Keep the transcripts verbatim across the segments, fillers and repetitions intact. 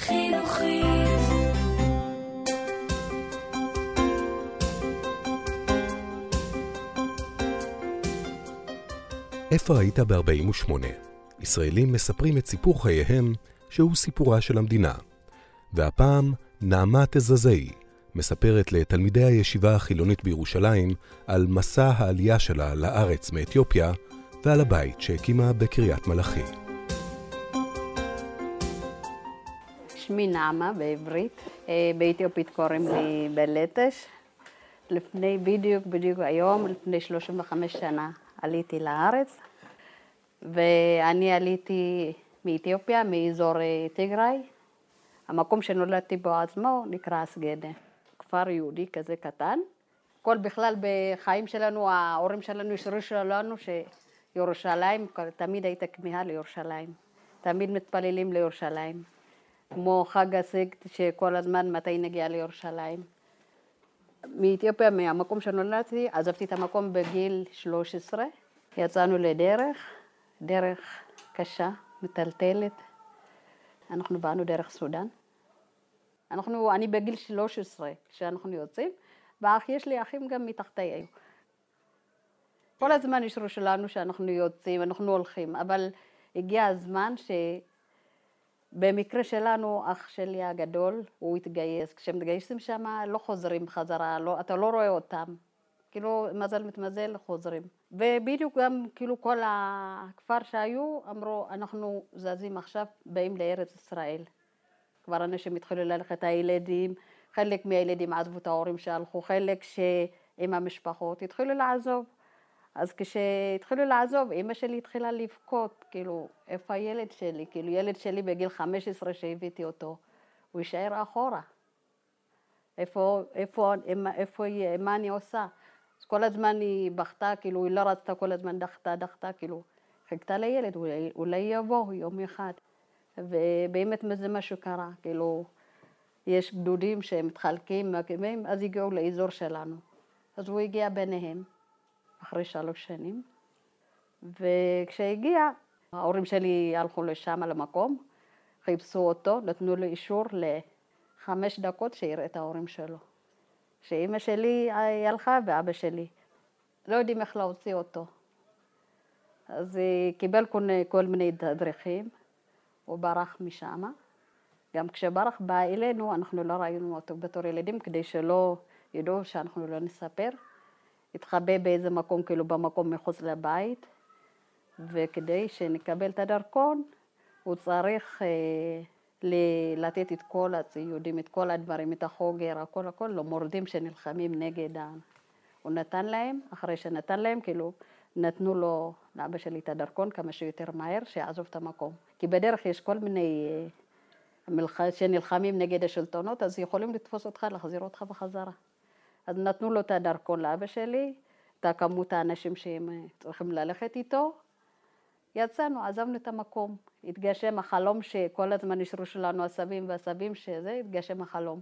חינוכית. איפה היית ב-ארבעים ושמונה? ישראלים מספרים את סיפור חייהם שהוא סיפורה של המדינה. והפעם נעמה תזזאי מספרת לתלמידי הישיבה החילונית בירושלים על מסע העלייה שלה לארץ מאתיופיה ועל הבית שהקימה בקריית מלאכי. שמי נעמה בעברית, באתיופית קוראים לי בלטש. לפני בדיוק בדיוק היום, לפני שלושים וחמש שנה עליתי לארץ, ואני עליתי מאתיופיה, מאזור תיגראי. המקום שנולדתי בו עצמו נקרא אסגדה, כפר יהודי כזה קטן. כל בכלל בחיים שלנו, ההורים שלנו ישרו שלנו שירושלים, תמיד הייתה כמיהה לירושלים. תמיד מתפללים לירושלים. כמו חג הסגד שכל הזמן מתי נגיע לירושלים. מאתיופיה, מהמקום שנולדתי, עזבתי את המקום בגיל שלוש עשרה. יצאנו לדרך, דרך קשה, מטלטלת. אנחנו באנו דרך סודן. אנחנו, אני בגיל שלוש עשרה כשאנחנו יוצאים, ואח יש לי אחים גם מתחתי היו. כל הזמן ישרו שלנו שאנחנו יוצאים, אנחנו הולכים, אבל הגיע הזמן שבמקרה שלנו, אח שלי הגדול, הוא התגייס. כשמתגייסים שם לא חוזרים בחזרה, לא, אתה לא רואה אותם. כאילו מזל מתמזל חוזרים. ובדיוק גם כאילו כל הכפר שהיו אמרו, אנחנו זזים עכשיו, באים לארץ ישראל. כבר אנשים התחילו ללכת, הילדים, חלק מהילדים עזבו את ההורים שהלכו, חלק שעם המשפחות התחילו לעזוב. אז כשהתחילו לעזוב, אמא שלי התחילה לבכות, כאילו, איפה הילד שלי? כאילו, ילד שלי בגיל חמש עשרה שהבאתי אותו, הוא יישאר אחורה. איפה, איפה, איפה, מה אני עושה? אז כל הזמן היא בכתה, כאילו, היא לא רצתה, כל הזמן דחתה, דחתה, כאילו, חיכתה לילד, אולי, אולי יבוא יום אחד. ובאמת זה משהו קרה, כאילו, יש גדודים שמתחלקים, מקימים, אז הגיעו לאזור שלנו. אז הוא הגיע ביניהם, אחרי שלוש שנים. וכשהגיע, ההורים שלי הלכו לשם למקום, חיפשו אותו, נתנו לו אישור לחמש דקות שיראה את ההורים שלו. שאמא שלי הלכה ואבא שלי. לא יודעים איך להוציא אותו. אז קיבל כל מיני דרכים. הוא ברח משם. גם כשברח בא אלינו, אנחנו לא ראינו אותו בתור ילדים, כדי שלא ידעו שאנחנו לא נספר. התחבא באיזה מקום, כאילו במקום מחוץ לבית, וכדי שנקבל את הדרכון, הוא צריך אה, לתת את כל הציודים, את כל הדברים, את החוגר, הכל הכל, למורדים שנלחמים נגד ה... הוא נתן להם, אחרי שנתן להם, כאילו, נתנו לו, לאבא שלי את הדרכון כמה שיותר מהר, שיעזוב את המקום. כי בדרך יש כל מיני מלח... שנלחמים נגד השלטונות, אז יכולים לתפוס אותך, להחזיר אותך בחזרה. אז נתנו לו את הדרכון לאבא שלי, את הכמות האנשים שהם צריכים ללכת איתו. יצאנו, עזבנו את המקום. התגשם החלום שכל הזמן נשארו שלנו הסבים והסבים, שזה התגשם החלום.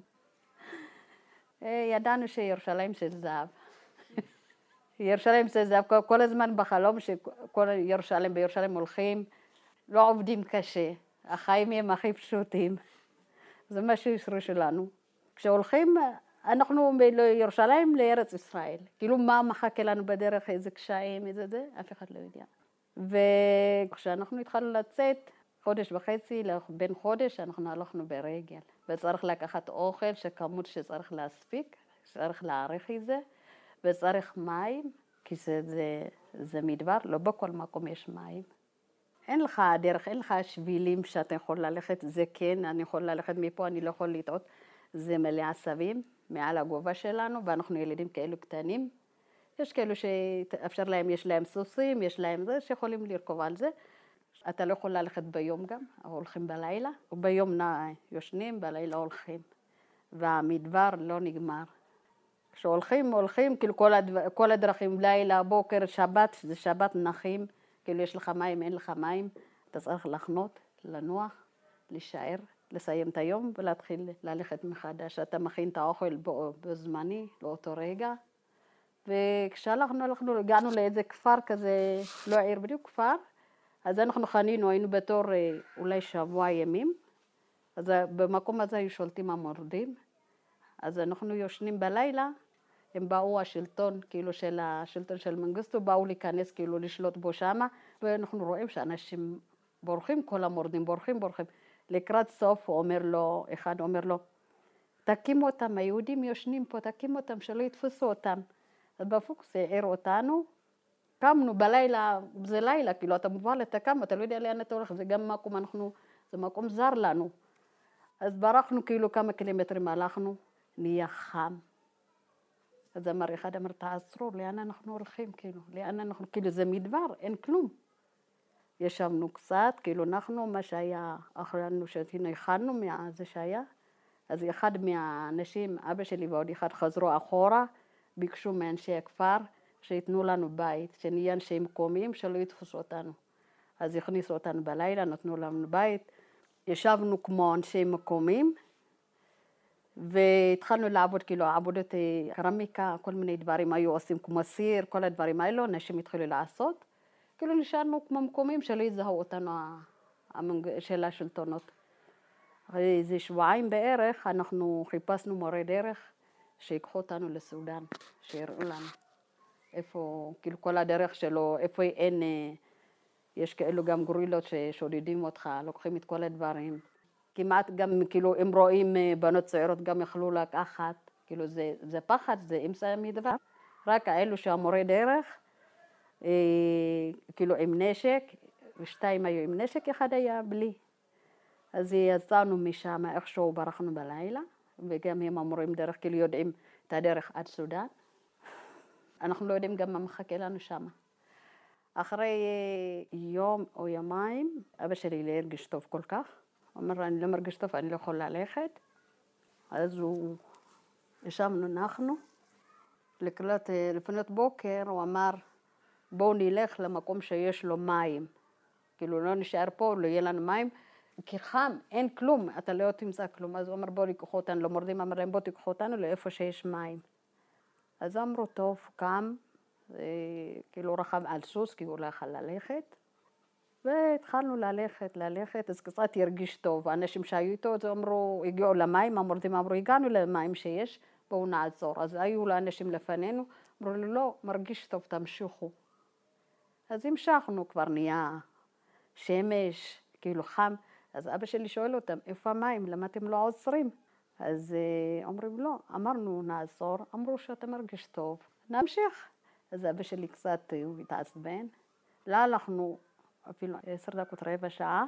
ידענו שירושלים של זהב. ירושלים של זהב, כל הזמן בחלום שכל ירושלים בירושלים הולכים, לא עובדים קשה, החיים הם הכי פשוטים. זה מה שישרו שלנו. כשהולכים, אנחנו בירושלים לארץ ישראל. כאילו מה מחכה לנו בדרך, איזה קשיים, איזה זה, אף אחד לא יודע. וכשאנחנו התחלנו לצאת, חודש וחצי, בין חודש, אנחנו הלכנו ברגל. וצריך לקחת אוכל, שכמות שצריך להספיק, צריך להעריך את זה, וצריך מים, כי זה, זה, זה מדבר, לא בכל מקום יש מים. אין לך דרך, אין לך שבילים שאתה יכול ללכת, זה כן, אני יכול ללכת מפה, אני לא יכול לטעות. זה מלא עשבים מעל הגובה שלנו, ואנחנו ילדים כאלו קטנים. יש כאלו שאפשר להם, יש להם סוסים, יש להם זה, שיכולים לרכוב על זה. אתה לא יכול ללכת ביום גם, הולכים בלילה, וביום יושנים, בלילה הולכים. והמדבר לא נגמר. כשהולכים, הולכים, כאילו כל, הדבר, כל הדרכים, לילה, בוקר, שבת, זה שבת נחים, כאילו יש לך מים, אין לך מים, אתה צריך לחנות, לנוח, להישאר, לסיים את היום ולהתחיל ללכת מחדש. אתה מכין את האוכל בזמני, לאותו רגע. וכשהלכנו, הלכנו, הגענו לאיזה כפר כזה, לא עיר בדיוק, כפר, אז אנחנו חנינו, היינו בתור אולי שבוע ימים, אז במקום הזה היו שולטים המורדים, אז אנחנו יושנים בלילה, הם באו השלטון, כאילו של השלטון של מנגיסטו, באו להיכנס, כאילו לשלוט בו שמה, ואנחנו רואים שאנשים בורחים, כל המורדים בורחים, בורחים. לקראת סוף הוא אומר לו, אחד אומר לו, תקימו אותם, היהודים יושנים פה, תקימו אותם, שלא יתפסו אותם. אז בפוקס העיר אותנו, קמנו בלילה, זה לילה, כאילו אתה מובן לתקם, אתה לא יודע לאן אתה הולך, זה גם מקום, אנחנו, זה מקום זר לנו. אז ברחנו כאילו כמה קילומטרים הלכנו, נהיה חם. אז אמר אחד, אמר, תעצרו, לאן אנחנו הולכים, כאילו, לאן אנחנו, כאילו זה מדבר, אין כלום. ישבנו קצת, כאילו אנחנו, מה שהיה אחרינו, שהנה הכנו מזה שהיה, אז אחד מהאנשים, אבא שלי ועוד אחד חזרו אחורה, ביקשו מאנשי הכפר, שיתנו לנו בית, שנהיה אנשי מקומיים, שלא יתפסו אותנו. אז הכניסו אותנו בלילה, נתנו לנו בית, ישבנו כמו אנשי מקומיים, והתחלנו לעבוד, כאילו, עבודת קרמיקה, כל מיני דברים היו עושים כמו סיר, כל הדברים האלו, אנשים התחילו לעשות. כאילו נשארנו כמו מקומיים שלא יזהו אותנו של השלטונות. אחרי איזה שבועיים בערך, אנחנו חיפשנו מורה דרך, שיקחו אותנו לסודן, שיראו לנו. איפה, כאילו כל הדרך שלו, איפה אין, יש כאלו גם גורילות ששודדים אותך, לוקחים את כל הדברים. כמעט גם כאילו הם רואים בנות צעירות גם יכלו לקחת, כאילו זה, זה פחד, זה אמצע מדבר. רק האלו שהמורה דרך, אה, כאילו עם נשק, ושתיים היו עם נשק, אחד היה בלי. אז יצאנו משם, איכשהו ברחנו בלילה, וגם הם המורים דרך, כאילו יודעים את הדרך עד סודן. אנחנו לא יודעים גם מה מחכה לנו שם. אחרי יום או יומיים, אבא שלי לא הרגיש טוב כל כך. הוא אומר, אני לא מרגיש טוב, אני לא יכול ללכת. אז הוא, ישבנו אנחנו. לקראת, לפנות בוקר הוא אמר, בואו נלך למקום שיש לו מים. כאילו לא נשאר פה, לא יהיה לנו מים. כי חם, אין כלום, אתה לא תמצא כלום. אז הוא אומר, בואו תיקחו אותנו, למורדים אמר להם, בואו תיקחו אותנו לאיפה שיש מים. אז אמרו, טוב, קם, כאילו רכב על סוס, כי הוא לא יכול ללכת. והתחלנו ללכת, ללכת, אז קצת הרגיש טוב. האנשים שהיו איתו, אז אמרו, הגיעו למים, המורדים אמרו, הגענו למים שיש, בואו נעצור. אז היו לאנשים לפנינו, אמרו לו, לא, מרגיש טוב, תמשיכו. אז המשכנו, כבר נהיה שמש, כאילו חם. אז אבא שלי שואל אותם, איפה המים? למה אתם לא עוצרים? אז אומרים, לא, אמרנו, נעצור, אמרו שאתה מרגיש טוב, נמשיך. אז אבא שלי קצת, הוא התעצבן. לא הלכנו, אפילו עשר דקות, רבע שעה,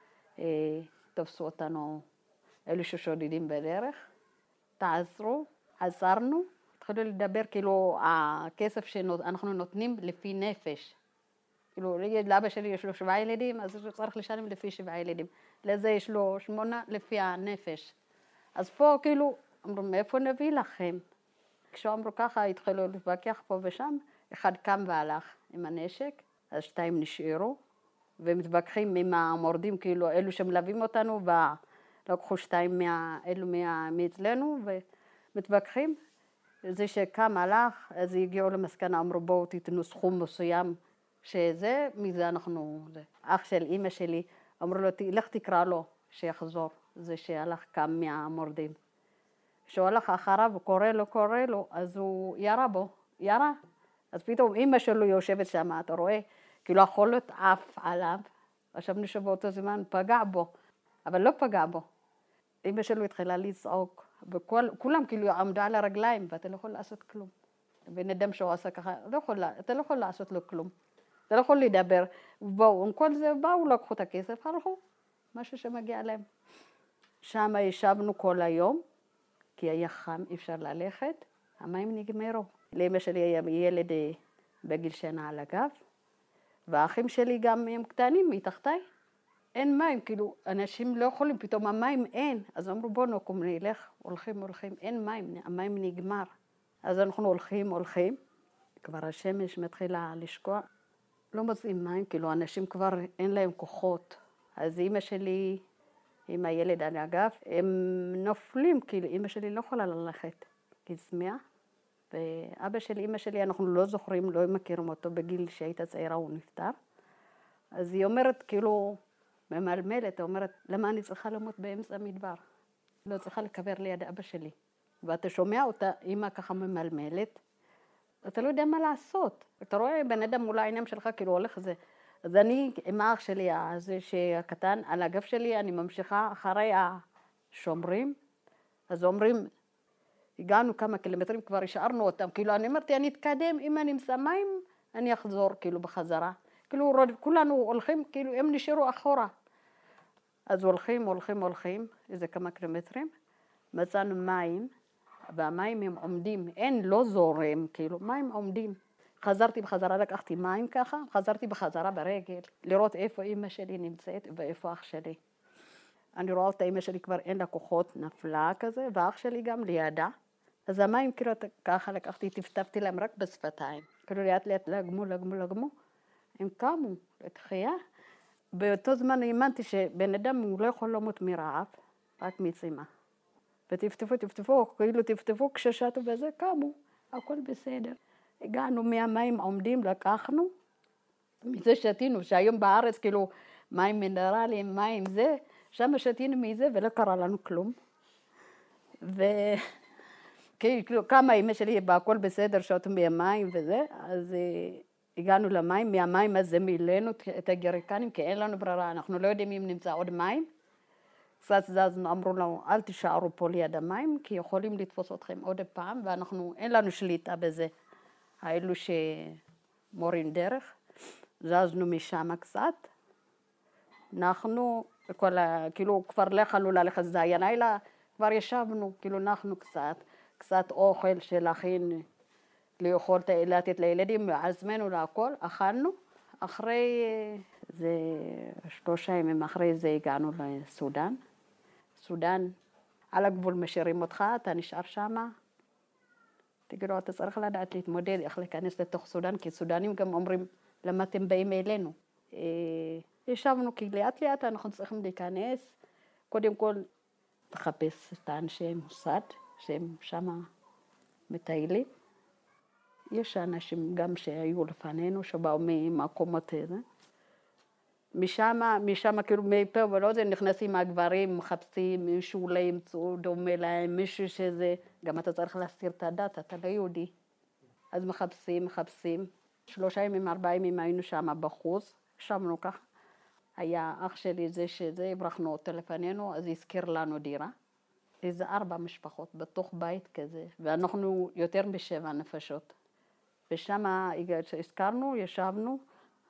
תפסו אותנו אלו ששודדים בדרך, תעזרו, עזרנו, התחילו לדבר כאילו הכסף שאנחנו נותנים לפי נפש. כאילו, לאבא שלי יש לו שבעה ילדים, אז הוא צריך לשלם לפי שבעה ילדים. לזה יש לו שמונה לפי הנפש. אז פה כאילו, אמרו, מאיפה נביא לכם? כשאמרו ככה, התחילו להתווכח פה ושם, אחד קם והלך עם הנשק, אז שתיים נשארו, ומתווכחים עם המורדים, כאילו, אלו שמלווים אותנו, ולקחו שתיים מה, אלו מה, מאצלנו, ומתווכחים. זה שקם הלך, אז הגיעו למסקנה, אמרו, בואו תיתנו סכום מסוים, שזה, מזה אנחנו, זה. אח של אמא שלי, אמרו לו, לך תקרא לו, שיחזור, זה שהלך קם מהמורדים. כשהוא הלך אחריו, הוא קורא לו, קורא לו, אז הוא ירה בו, ירה. אז פתאום אמא שלו יושבת שם, אתה רואה, כאילו החולות עף עליו, חשבנו שבאותו זמן פגע בו, אבל לא פגע בו. אמא שלו התחילה לצעוק, וכולם כאילו עמדו על הרגליים, ואתה לא יכול לעשות כלום. ונדם שהוא עשה ככה, לא יכול, אתה לא יכול לעשות לו כלום. אתה לא יכול לדבר, בואו, עם כל זה באו, לקחו את הכסף, הלכו, משהו שמגיע להם. שם ישבנו כל היום, כי היה חם, אי אפשר ללכת, המים נגמרו. לאמא שלי היה ילד בגיל שנה על הגב, והאחים שלי גם הם קטנים מתחתיי. אין מים, כאילו, אנשים לא יכולים, פתאום המים אין. אז אמרו, בואו נקום, נלך, הולכים, הולכים, אין מים, המים נגמר. אז אנחנו הולכים, הולכים, כבר השמש מתחילה לשקוע. לא מוצאים מים, כאילו, אנשים כבר אין להם כוחות. אז אמא שלי, עם הילד על הגב, הם נופלים, כאילו, אמא שלי לא יכולה ללכת, כצמאה. ואבא שלי, אמא שלי, אנחנו לא זוכרים, לא מכירים אותו, בגיל שהייתה צעירה הוא נפטר. אז היא אומרת, כאילו, ממלמלת, אומרת, למה אני צריכה למות באמצע המדבר? לא צריכה לקבר ליד אבא שלי. ואתה שומע אותה, אמא ככה ממלמלת, אתה לא יודע מה לעשות. אתה רואה בן אדם מול העיניים שלך, כאילו הולך זה. אז אני, עם האח שלי, זה שהקטן, על הגב שלי, אני ממשיכה אחרי השומרים, אז אומרים, הגענו כמה קילומטרים, כבר השארנו אותם, כאילו אני אמרתי, אני אתקדם, אם אני אמצא מים, אני אחזור כאילו בחזרה. כאילו כולנו הולכים, כאילו הם נשארו אחורה. אז הולכים, הולכים, הולכים, איזה כמה קילומטרים, מצאנו מים, והמים הם עומדים, אין, לא זורם, כאילו, מים עומדים. חזרתי בחזרה, לקחתי מים ככה, חזרתי בחזרה ברגל, לראות איפה אמא שלי נמצאת ואיפה אח שלי. אני רואה אותה, אמא שלי כבר אין לה כוחות, נפלה כזה, ואח שלי גם לידה. אז המים כאילו ככה לקחתי, טפטפתי להם רק בשפתיים. כאילו לאט לאט לגמו, לגמו, לגמו. הם קמו לתחייה. באותו זמן האמנתי שבן אדם הוא לא יכול למות מרעב, רק מצימה. וטפטפו, טפטפו, כאילו טפטפו, כששטו בזה, קמו, הכל בסדר. הגענו מהמים עומדים, לקחנו, מזה שתינו, שהיום בארץ כאילו מים מינרליים, מים זה, שם שתינו מזה ולא קרה לנו כלום. וכאילו כמה אמא שלי בהכל בסדר, שתו מהמים וזה, אז הגענו למים, מהמים הזה מילאנו את הגריקנים, כי אין לנו ברירה, אנחנו לא יודעים אם נמצא עוד מים. קצת זזנו, אמרו לנו, אל תישארו פה ליד המים, כי יכולים לתפוס אתכם עוד פעם, ואנחנו, אין לנו שליטה בזה. האלו שמורים דרך, זזנו משם קצת, אנחנו, כל ה, כאילו כבר לא יכולנו ללכת, זה היה לילה, כבר ישבנו, כאילו אנחנו קצת, קצת אוכל של הכין, לאכול, לתת לילדים, עצמנו להכל, אכלנו, אחרי זה, שלושה ימים אחרי זה הגענו לסודן. סודן, על הגבול משאירים אותך, אתה נשאר שמה. תגידו, אתה צריך לדעת להתמודד, איך להיכנס לתוך סודן, כי סודנים גם אומרים, למה אתם באים אלינו? ישבנו, כי לאט לאט אנחנו צריכים להיכנס, קודם כל, לחפש את האנשי מוסד, שהם שמה מטיילים. יש אנשים גם שהיו לפנינו, שבאו ממקומות הזה. משם, משם כאילו מפה ולא זה, נכנסים הגברים, מחפשים מישהו אולי ימצאו דומה להם, מישהו שזה, גם אתה צריך להסתיר את הדת, אתה לא יהודי. אז מחפשים, מחפשים. שלושה ימים, ארבעה ימים היינו שם בחוץ, ישבנו כך. היה אח שלי זה שזה, הברחנו אותו לפנינו, אז הזכיר לנו דירה. איזה ארבע משפחות בתוך בית כזה, ואנחנו יותר משבע נפשות. ושם הזכרנו, ישבנו,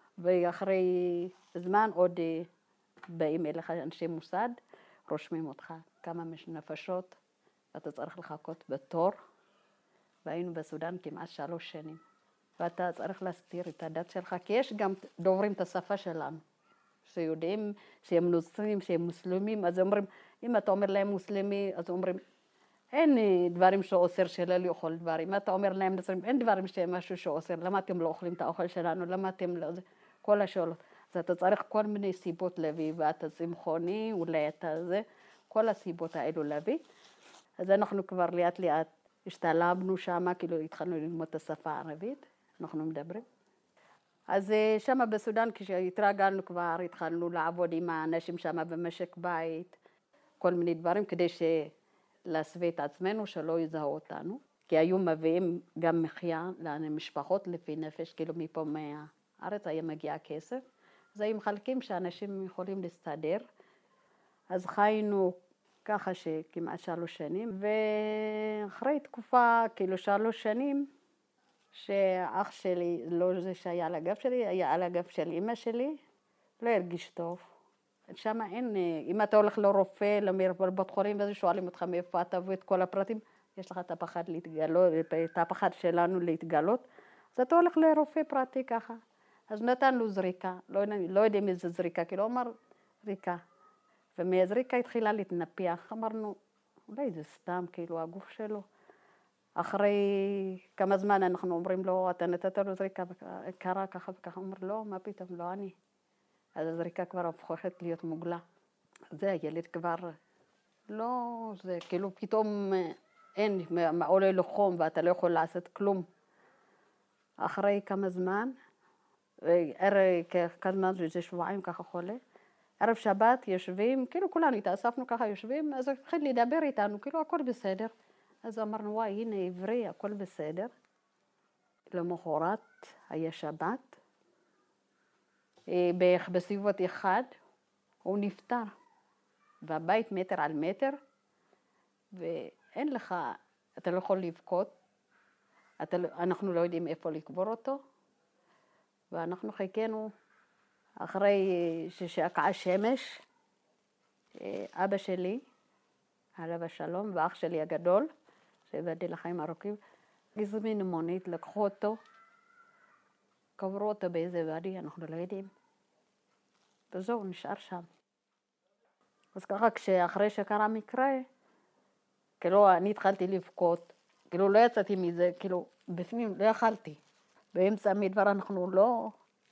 ואחרי זמן עוד באים אליך אנשי מוסד, רושמים אותך כמה נפשות, ואתה צריך לחכות בתור, והיינו בסודן כמעט שלוש שנים. ואתה צריך להסתיר את הדת שלך, כי יש גם דוברים את השפה שלנו, שיודעים שהם נוצרים, שהם מוסלמים, אז אומרים, אם אתה אומר להם מוסלמי, אז אומרים, אין דברים שאוסר שלא לאכול דברים. אתה אומר להם, אין דברים שהם משהו שאוסר, למה אתם לא אוכלים את האוכל שלנו, למה אתם לא... כל השאלות. אז אתה צריך כל מיני סיבות להביא, ואתה צמחוני, אולי אתה זה, כל הסיבות האלו להביא. אז אנחנו כבר לאט לאט השתלבנו שם, כאילו התחלנו ללמוד את השפה הערבית, אנחנו מדברים. אז שם בסודן, כשהתרגלנו כבר, התחלנו לעבוד עם האנשים שם במשק בית, כל מיני דברים, כדי ש... להסווה את עצמנו שלא יזהו אותנו, כי היו מביאים גם מחיה למשפחות לפי נפש, כאילו מפה מהארץ היה מגיע כסף, אז היו מחלקים שאנשים יכולים להסתדר, אז חיינו ככה שכמעט שלוש שנים, ואחרי תקופה, כאילו שלוש שנים, שאח שלי, לא זה שהיה על הגב שלי, היה על הגב של אמא שלי, לא הרגיש טוב. שם אין, אם אתה הולך לרופא, לבית חולים, וזה שואלים אותך מאיפה אתה ואת כל הפרטים, יש לך את הפחד להתגלות, את הפחד שלנו להתגלות, אז אתה הולך לרופא פרטי ככה. אז נתן לו זריקה, לא, לא יודעים איזה זריקה, כי לא אמר זריקה. ומהזריקה התחילה להתנפח, אמרנו, אולי זה סתם, כאילו, הגוף שלו. אחרי כמה זמן אנחנו אומרים לו, אתה נתת לו זריקה, קרה ככה וככה, הוא אומר, לא, מה פתאום, לא אני. אז הזריקה כבר הופכת להיות מוגלה. זה הילד כבר לא, זה כאילו פתאום אין, עולה לו חום ואתה לא יכול לעשות כלום. אחרי כמה זמן, כמה זמן זה שבועיים ככה חולה, ערב שבת יושבים, כאילו כולנו התאספנו ככה יושבים, אז הוא התחיל לדבר איתנו, כאילו הכל בסדר. אז אמרנו, וואי, הנה עברי, הכל בסדר. למחרת היה שבת, בערך בסביבות אחד, הוא נפטר, והבית מטר על מטר, ואין לך, אתה לא יכול לבכות, אתה, אנחנו לא יודעים איפה לקבור אותו, ואנחנו חיכינו אחרי ששקעה שמש, אבא שלי, עליו השלום, ואח שלי הגדול, שהבאתי לחיים ארוכים, הזמינו מונית, לקחו אותו, קברו אותו באיזה ואדי, אנחנו לא יודעים. וזהו, נשאר שם. אז ככה, כשאחרי שקרה מקרה, כאילו אני התחלתי לבכות, כאילו לא יצאתי מזה, כאילו בפנים לא יכלתי. באמצע המדבר אנחנו לא,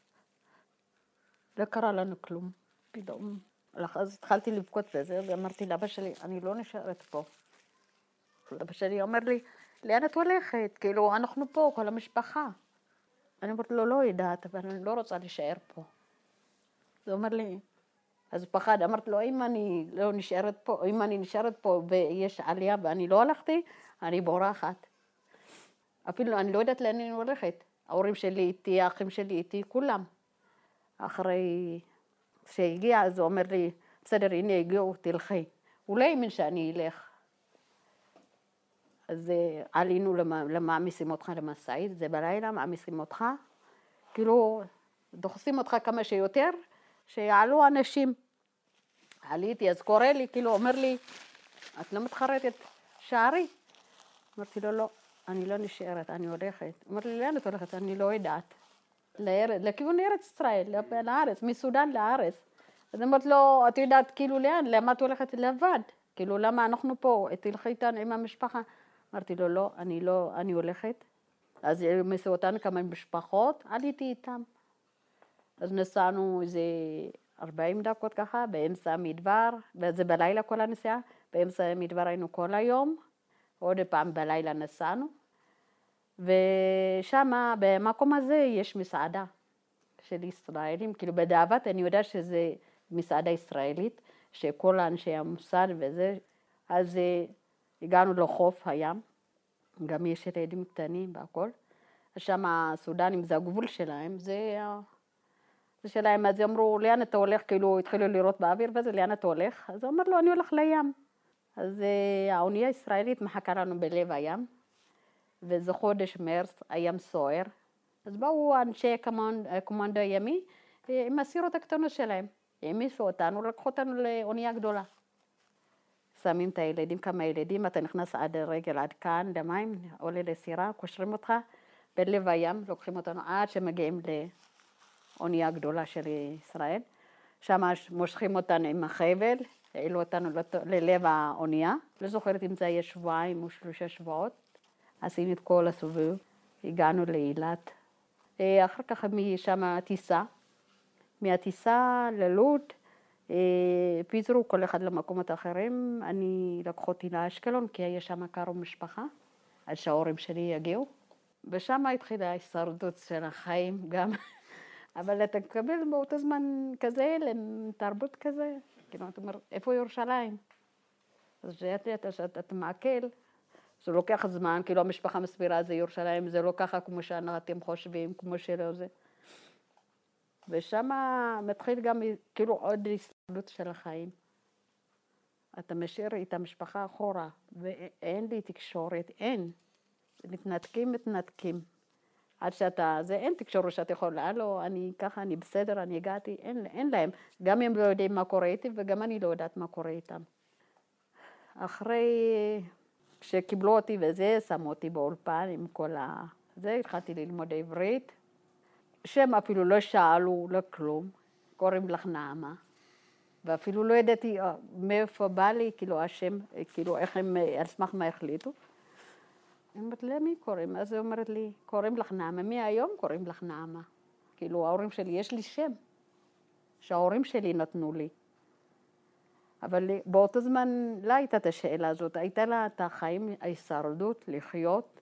לא קרה לנו כלום. פתאום, אז התחלתי לבכות בזה, ואמרתי לאבא שלי, אני לא נשארת פה. אבא שלי אומר לי, לאן את הולכת? כאילו, אנחנו פה, כל המשפחה. אני אומרת לו, לא יודעת, אבל אני לא רוצה להישאר פה. זה אומר לי, אז פחד, אמרת לו, אם אני לא נשארת פה, אם אני נשארת פה ויש עלייה ואני לא הלכתי, אני בורחת. אפילו אני לא יודעת לאן אני הולכת. ההורים שלי איתי, האחים שלי איתי, כולם. אחרי שהגיע, אז הוא אומר לי, בסדר, הנה הגיעו, תלכי. הוא לא האמין שאני אלך. אז עלינו למעמיסים אותך למסעית, זה בלילה, מעמיסים אותך. כאילו, דוחסים אותך כמה שיותר, שיעלו אנשים. עליתי, אז קורא לי, כאילו, אומר לי, את לא מתחרטת, שערי? אמרתי לו, לא, אני לא נשארת, אני הולכת. אמר לי, לאן את הולכת? אני לא יודעת. לכיוון ארץ ישראל, לארץ, מסודן לארץ. אז אמרתי לו, את יודעת, כאילו, לאן? למה את הולכת לבד? כאילו, למה אנחנו פה? תלכי איתנו עם המשפחה. אמרתי לו, לא, אני לא, אני הולכת. אז מסעו אותנו כמה משפחות, עליתי איתם. אז נסענו איזה ארבעים דקות ככה, באמצע המדבר, וזה בלילה כל הנסיעה, באמצע המדבר היינו כל היום, עוד פעם בלילה נסענו, ושם, במקום הזה, יש מסעדה של ישראלים, כאילו בדאבת, אני יודעת שזה מסעדה ישראלית, שכל אנשי המוסד וזה, אז הגענו לחוף הים, גם יש ילדים קטנים והכל, שם הסודנים, זה הגבול שלהם, זה... זה שלהם, אז אמרו, לאן אתה הולך? כאילו, התחילו לראות באוויר וזה, לאן אתה הולך? אז הוא אמר לו, אני הולך לים. אז האונייה הישראלית מחכה לנו בלב הים, וזה חודש מרס, הים סוער. אז באו אנשי קומנדו הימי, עם הסירות הקטנות שלהם. העמיסו אותנו, לקחו אותנו לאונייה גדולה. שמים את הילדים, כמה ילדים, אתה נכנס עד רגל, עד כאן, למים, עולה לסירה, קושרים אותך בלב הים, לוקחים אותנו עד שמגיעים ל... אונייה גדולה של ישראל, שם מושכים אותנו עם החבל, העלו אותנו ללב האונייה, לא זוכרת אם זה היה שבועיים או שלושה שבועות, עשינו את כל הסובב, הגענו לאילת, אחר כך משם טיסה, מהטיסה ללוד, פיזרו כל אחד למקומות אחרים, אני לקחו אותי לאשקלון, כי היה שם קרוב משפחה, עד שההורים שלי יגיעו, ושם התחילה ההישרדות של החיים גם, אבל אתה מקבל באותו זמן כזה, לתרבות כזה, כאילו, אתה אומר, איפה ירושלים? אז שאתה מעכל, זה לוקח זמן, כאילו המשפחה מסבירה, זה ירושלים, זה לא ככה כמו שאתם חושבים, כמו שלא זה. ושם מתחיל גם, כאילו, עוד הסתכלות של החיים. אתה משאיר את המשפחה אחורה, ואין לי תקשורת, אין. מתנתקים, מתנתקים. עד שאתה, זה אין תקשורת שאתה יכול, הלו, אני ככה, אני בסדר, אני הגעתי, אין, אין להם. גם הם לא יודעים מה קורה איתי, וגם אני לא יודעת מה קורה איתם. אחרי שקיבלו אותי וזה, שמו אותי באולפן עם כל ה... זה, התחלתי ללמוד עברית. שם אפילו לא שאלו, לא כלום. קוראים לך נעמה. ואפילו לא ידעתי מאיפה בא לי, כאילו השם, כאילו איך הם, על סמך מה החליטו. אני אומרת, למי קוראים? אז היא אומרת לי, קוראים לך נעמה, מהיום קוראים לך נעמה. כאילו, ההורים שלי, יש לי שם, שההורים שלי נתנו לי. אבל באותו זמן לא הייתה את השאלה הזאת, הייתה לה את החיים, ההישרדות, לחיות,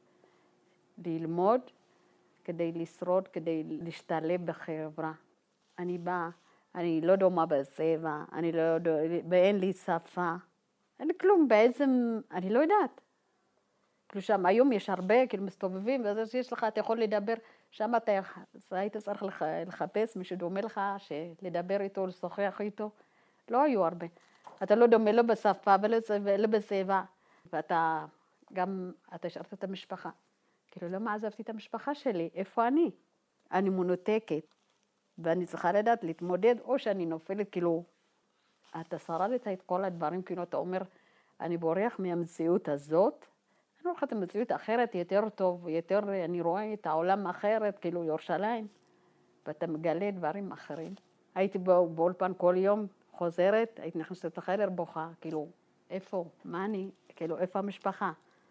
ללמוד, כדי לשרוד, כדי להשתלב בחברה. אני באה, אני לא דומה בצבע, אני לא יודע, ואין לי שפה. אין לי כלום, בעצם, אני לא יודעת. כאילו שם, היום יש הרבה, כאילו מסתובבים, ואז שיש לך, אתה יכול לדבר, שם אתה היית צריך לחפש מי שדומה לך, לדבר איתו, לשוחח איתו. לא היו הרבה. אתה לא דומה לא בשפה ולא בצבע, ואתה גם, אתה השארת את המשפחה. כאילו, למה עזבתי את המשפחה שלי? איפה אני? אני מנותקת, ואני צריכה לדעת להתמודד, או שאני נופלת, כאילו, אתה שרדת את כל הדברים, כאילו, אתה אומר, אני בורח מהמציאות הזאת, אני הולכת למציאות אחרת, יותר טוב, יותר, אני רואה את העולם אחרת, כאילו, ירושלים, ואתה מגלה דברים אחרים. הייתי באולפן כל יום, חוזרת, הייתי נכנסת לחדר בוכה, כאילו, איפה, מה אני, כאילו, איפה המשפחה?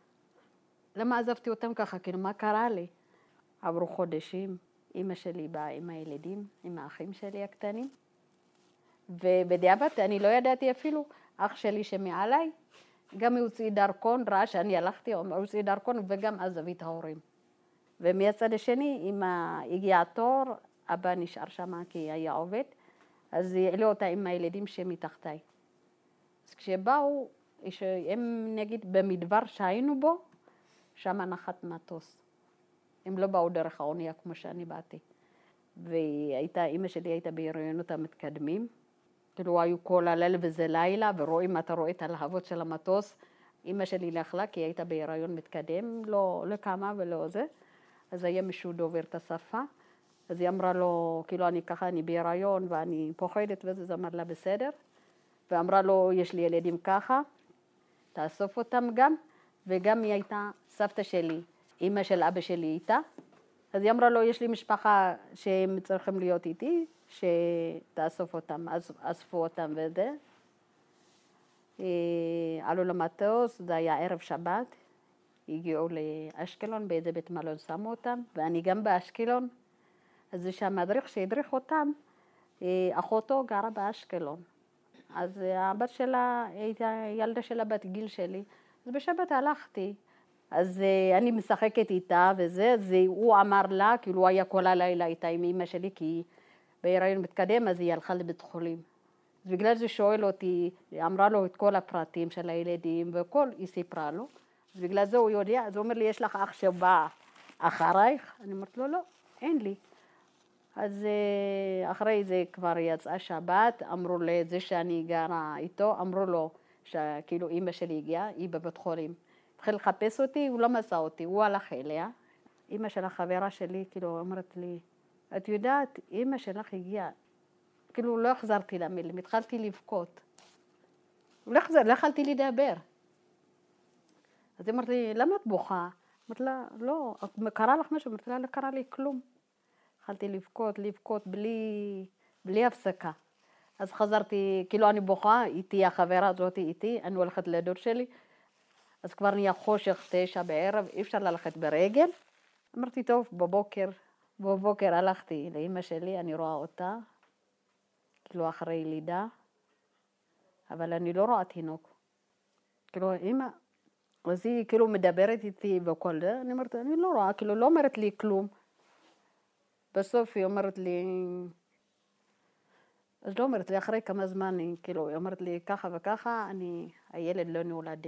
למה עזבתי אותם ככה? כאילו, מה קרה לי? עברו חודשים, אמא שלי באה עם הילדים, עם האחים שלי הקטנים, ובדיעבד אני לא ידעתי אפילו, אח שלי שמעליי, גם הוא הוציא דרכון, ראה שאני הלכתי, הוא הוציא דרכון, וגם עזבי את ההורים. ומהצד השני, אמא הגיע התור, אבא נשאר שם כי היה עובד, אז העלו אותה עם הילדים שמתחתיי. אז כשבאו, הם נגיד במדבר שהיינו בו, שם נחת מטוס. הם לא באו דרך האונייה כמו שאני באתי. והייתה, אמא שלי הייתה בהיריונות המתקדמים. כאילו היו כל הלילה וזה לילה, ורואים, אתה רואה את הלהבות של המטוס. אמא שלי לאכלה כי היא הייתה בהיריון מתקדם, לא, לא קמה ולא זה. אז היה מישהו דובר את השפה. אז היא אמרה לו, כאילו אני ככה, אני בהיריון ואני פוחדת וזה, זה אמר לה בסדר. ואמרה לו, יש לי ילדים ככה, תאסוף אותם גם. וגם היא הייתה סבתא שלי, אמא של אבא שלי איתה. אז היא אמרה לו, יש לי משפחה שהם צריכים להיות איתי, שתאסוף אותם, אז אספו אותם וזה. עלו למטוס, זה היה ערב שבת, הגיעו לאשקלון, באיזה בית מלון שמו אותם, ואני גם באשקלון. אז זה שהמדריך שהדריך אותם, אחותו גרה באשקלון. אז הבת שלה, הייתה ילדה שלה בת גיל שלי, אז בשבת הלכתי. אז אני משחקת איתה וזה, אז הוא אמר לה, כאילו הוא היה כל הלילה איתה עם אמא שלי, כי בהיריון מתקדם, אז היא הלכה לבית חולים. אז בגלל זה שואל אותי, היא אמרה לו את כל הפרטים של הילדים, וכל היא סיפרה לו. אז בגלל זה הוא יודע, אז הוא אומר לי, יש לך אח שבא אחרייך? אני אומרת לו, לא, אין לי. אז אחרי זה כבר יצאה שבת, אמרו לזה שאני גרה איתו, אמרו לו שכאילו אמא שלי הגיעה, היא בבית חולים. התחיל לחפש אותי, הוא לא מצא אותי, הוא הלך אליה. אמא של החברה שלי, כאילו, אמרת לי, את יודעת, אמא שלך הגיעה. כאילו, לא החזרתי למילים, התחלתי לבכות. לא החזר, לא יכלתי לדבר. אז אמרת לי, למה את בוכה? אמרת לה, לא, קרה לך משהו? אמרת לה, לא קרה לי כלום. התחלתי לבכות, לבכות בלי, בלי הפסקה. אז חזרתי, כאילו אני בוכה, איתי החברה הזאת איתי, אני הולכת לדור שלי, אז כבר נהיה חושך תשע בערב, אי אפשר ללכת ברגל. אמרתי, טוב, בבוקר, בבוקר הלכתי לאמא שלי, אני רואה אותה, כאילו אחרי לידה, אבל אני לא רואה תינוק. כאילו, אמא, אז היא כאילו מדברת איתי בכל זה, אני אומרת, אני לא רואה, כאילו לא אומרת לי כלום. בסוף היא אומרת לי, אז לא אומרת לי, אחרי כמה זמן, היא, כאילו, היא אומרת לי, ככה וככה, אני, הילד לא נולד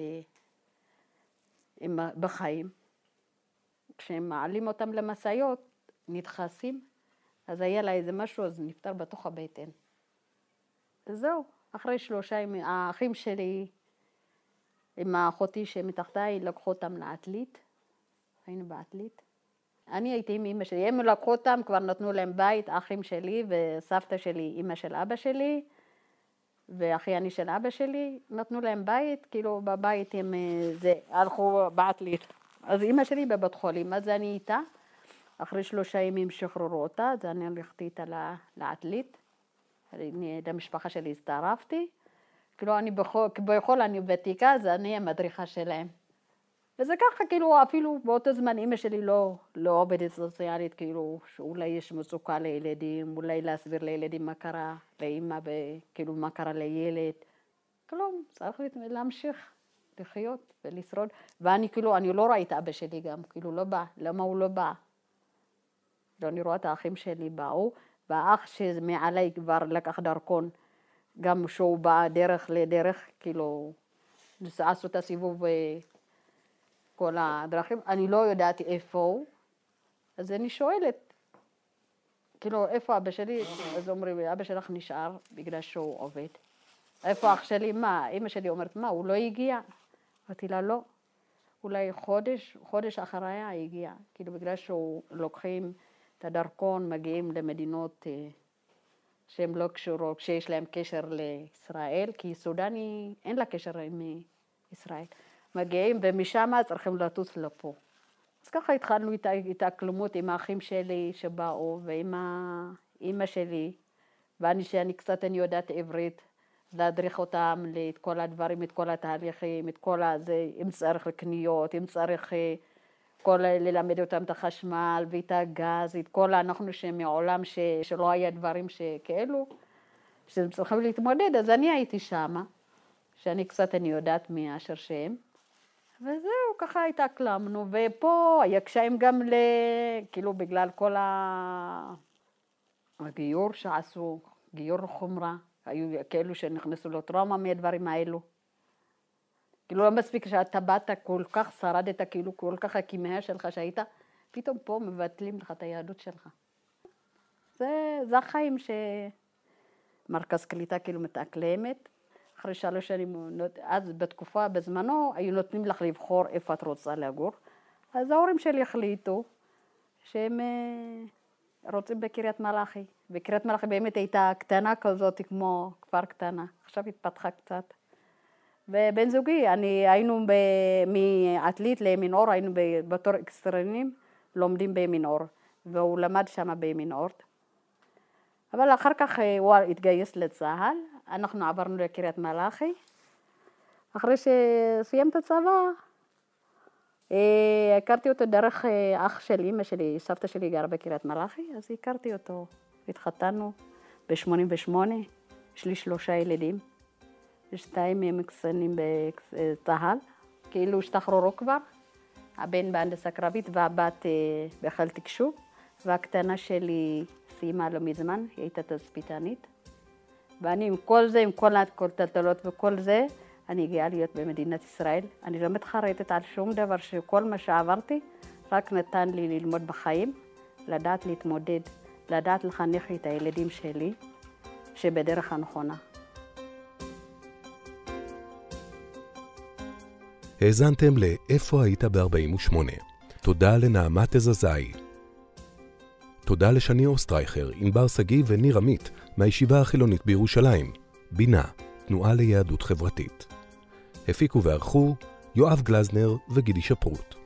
בחיים. כשהם מעלים אותם למשאיות, נדחסים, אז היה לה איזה משהו, אז נפטר בתוך הבטן. זהו, אחרי שלושה ימים, האחים שלי, עם האחותי שמתחתיי, לקחו אותם לעתלית, היינו בעתלית. אני הייתי עם אמא שלי, הם לקחו אותם, כבר נתנו להם בית, האחים שלי וסבתא שלי, אמא של אבא שלי, ואחייני של אבא שלי, נתנו להם בית, כאילו בבית הם זה, הלכו בעתלית. אז אמא שלי בבית חולים, אז אני איתה, אחרי שלושה ימים שחררו אותה, אז אני הלכתי איתה לעתלית, למשפחה שלי הצטרפתי, כאילו אני בכל, בכל אני ותיקה, אז אני המדריכה שלהם. וזה ככה, כאילו, אפילו באותו זמן אמא שלי לא, לא עובדת סוציאלית, כאילו, שאולי יש מצוקה לילדים, אולי להסביר לילדים מה קרה לאמא, וכאילו, מה קרה לילד. כלום, צריך להמשיך לחיות ולשרוד. ואני, כאילו, אני לא רואה את אבא שלי גם, כאילו, לא בא. למה הוא לא בא? לא, אני רואה את האחים שלי באו, והאח שמעליי כבר לקח דרכון, גם שהוא בא דרך לדרך, כאילו, עשו את הסיבוב כל הדרכים, אני לא יודעת איפה הוא, אז אני שואלת, כאילו, איפה אבא שלי? אז אומרים, אבא שלך נשאר בגלל שהוא עובד. איפה אח שלי? מה? אמא שלי אומרת, מה, הוא לא הגיע? אמרתי לה, לא. אולי חודש, חודש אחריה הגיע, כאילו, בגלל שהוא לוקחים את הדרכון, מגיעים למדינות שהן לא קשורות, שיש להם קשר לישראל, כי סודני אין לה קשר עם ישראל. מגיעים ומשם צריכים לטוס לפה. אז ככה התחלנו התאקלמות עם האחים שלי שבאו, ועם האמא שלי, ואני שאני קצת אני יודעת עברית, להדריך אותם את כל הדברים, את כל התהליכים, את כל הזה, אם צריך לקניות, אם צריך כל, ללמד אותם את החשמל ואת הגז, את כל אנחנו שמעולם ש, שלא היה דברים שכאלו, שהם צריכים להתמודד, אז אני הייתי שמה, שאני קצת אני יודעת מאשר שהם, וזהו, ככה התאקלמנו, ופה היה קשיים גם ל... כאילו בגלל כל הגיור שעשו, גיור חומרה, היו כאלו שנכנסו לטראומה מהדברים האלו. כאילו לא מספיק שאתה באת כל כך, שרדת כאילו כל כך הכימיה שלך שהיית, פתאום פה מבטלים לך את היהדות שלך. זה, זה החיים שמרכז קליטה כאילו מתאקלמת. אחרי שלוש שנים, אז בתקופה, בזמנו, היו נותנים לך לבחור איפה את רוצה לגור. אז ההורים שלי החליטו שהם רוצים בקריית מלאכי. בקריית מלאכי באמת הייתה קטנה כזאת, כמו כפר קטנה. עכשיו התפתחה קצת. ובן זוגי, אני היינו מעתלית לימין-אור, היינו בתור אקסטרנים, לומדים בימין-אור. והוא למד שם בימין-אור. אבל אחר כך הוא התגייס לצה"ל, אנחנו עברנו לקריית מלאכי. אחרי שסיים את הצבא, הכרתי אותו דרך אח של אמא שלי, סבתא שלי גרה בקריית מלאכי, אז הכרתי אותו. התחתנו ב-שמונים ושמונה, יש לי שלושה ילדים, שתיים מהם קצינים בצה"ל, כאילו השתחררו כבר, הבן בהנדסה קרבית והבת בחיל תקשוב, והקטנה שלי סיימה לא מזמן, היא הייתה תצפיתנית. ואני עם כל זה, עם כל הטלטלות וכל זה, אני גאה להיות במדינת ישראל. אני לא מתחרטת על שום דבר, שכל מה שעברתי רק נתן לי ללמוד בחיים, לדעת להתמודד, לדעת לחנך את הילדים שלי, שבדרך הנכונה. האזנתם לאיפה היית ב-ארבעים ושמונה. תודה לנעמה תזזאי. תודה לשני אוסטרייכר, ענבר שגיא וניר עמית מהישיבה החילונית בירושלים, בינה, תנועה ליהדות חברתית. הפיקו וערכו יואב גלזנר וגידי שפרוט.